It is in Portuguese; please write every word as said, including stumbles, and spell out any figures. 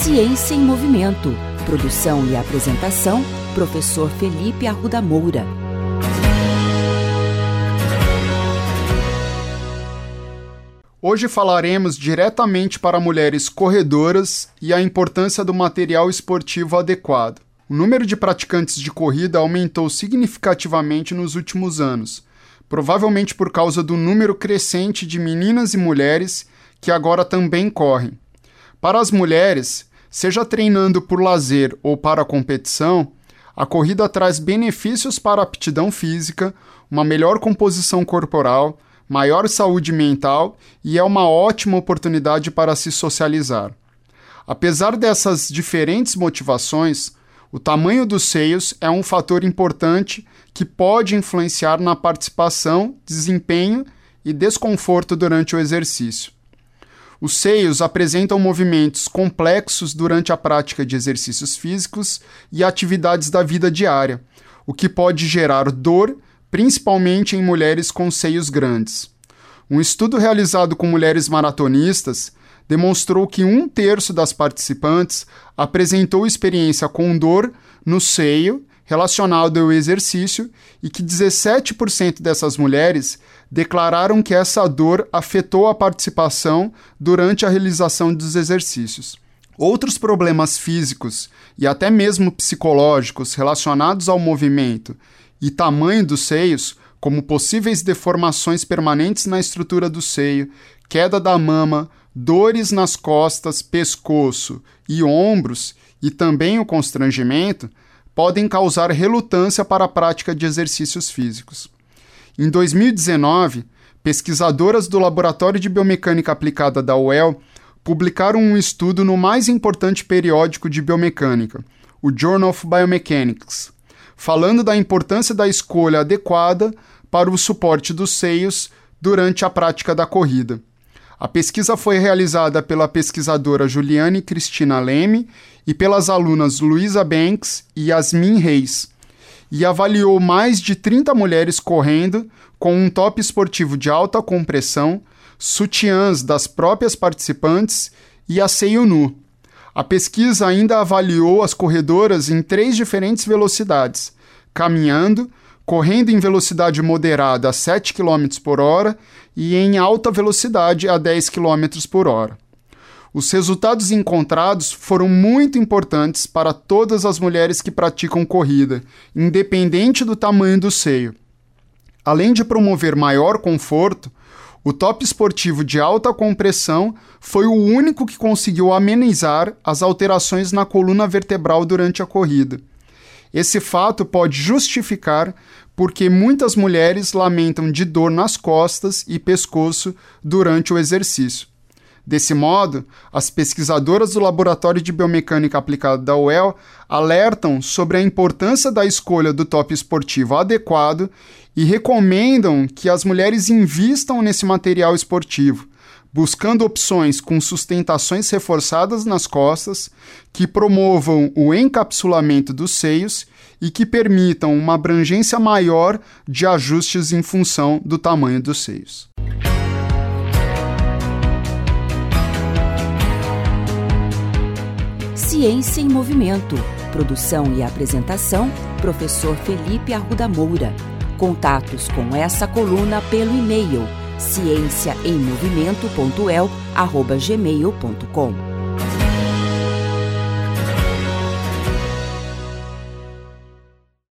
Ciência em Movimento. Produção e apresentação, professor Felipe Arruda Moura. Hoje falaremos diretamente para mulheres corredoras e a importância do material esportivo adequado. O número de praticantes de corrida aumentou significativamente nos últimos anos, provavelmente por causa do número crescente de meninas e mulheres que agora também correm. Para as mulheres, seja treinando por lazer ou para a competição, a corrida traz benefícios para a aptidão física, uma melhor composição corporal, maior saúde mental e é uma ótima oportunidade para se socializar. Apesar dessas diferentes motivações, o tamanho dos seios é um fator importante que pode influenciar na participação, desempenho e desconforto durante o exercício. Os seios apresentam movimentos complexos durante a prática de exercícios físicos e atividades da vida diária, o que pode gerar dor, principalmente em mulheres com seios grandes. Um estudo realizado com mulheres maratonistas demonstrou que um terço das participantes apresentou experiência com dor no seio relacionado ao exercício e que dezessete por cento dessas mulheres declararam que essa dor afetou a participação durante a realização dos exercícios. Outros problemas físicos e até mesmo psicológicos relacionados ao movimento e tamanho dos seios, como possíveis deformações permanentes na estrutura do seio, queda da mama, dores nas costas, pescoço e ombros e também o constrangimento, podem causar relutância para a prática de exercícios físicos. Em dois mil e dezenove, pesquisadoras do Laboratório de Biomecânica Aplicada da U E L publicaram um estudo no mais importante periódico de biomecânica, o Journal of Biomechanics, falando da importância da escolha adequada para o suporte dos seios durante a prática da corrida. A pesquisa foi realizada pela pesquisadora Juliane Cristina Leme e pelas alunas Luisa Banks e Yasmin Reis, e avaliou mais de trinta mulheres correndo com um top esportivo de alta compressão, sutiãs das próprias participantes e a seio nu. A pesquisa ainda avaliou as corredoras em três diferentes velocidades: caminhando, correndo em velocidade moderada a sete quilômetros por hora e em alta velocidade a dez quilômetros por hora. Os resultados encontrados foram muito importantes para todas as mulheres que praticam corrida, independente do tamanho do seio. Além de promover maior conforto, o top esportivo de alta compressão foi o único que conseguiu amenizar as alterações na coluna vertebral durante a corrida. Esse fato pode justificar porque muitas mulheres lamentam de dor nas costas e pescoço durante o exercício. Desse modo, as pesquisadoras do Laboratório de Biomecânica Aplicada da U E L alertam sobre a importância da escolha do top esportivo adequado e recomendam que as mulheres invistam nesse material esportivo, buscando opções com sustentações reforçadas nas costas, que promovam o encapsulamento dos seios e que permitam uma abrangência maior de ajustes em função do tamanho dos seios. Ciência em Movimento. Produção e apresentação, professor Felipe Arruda Moura. Contatos com essa coluna pelo e-mail ciência em movimento ponto u e l arroba gmail ponto com.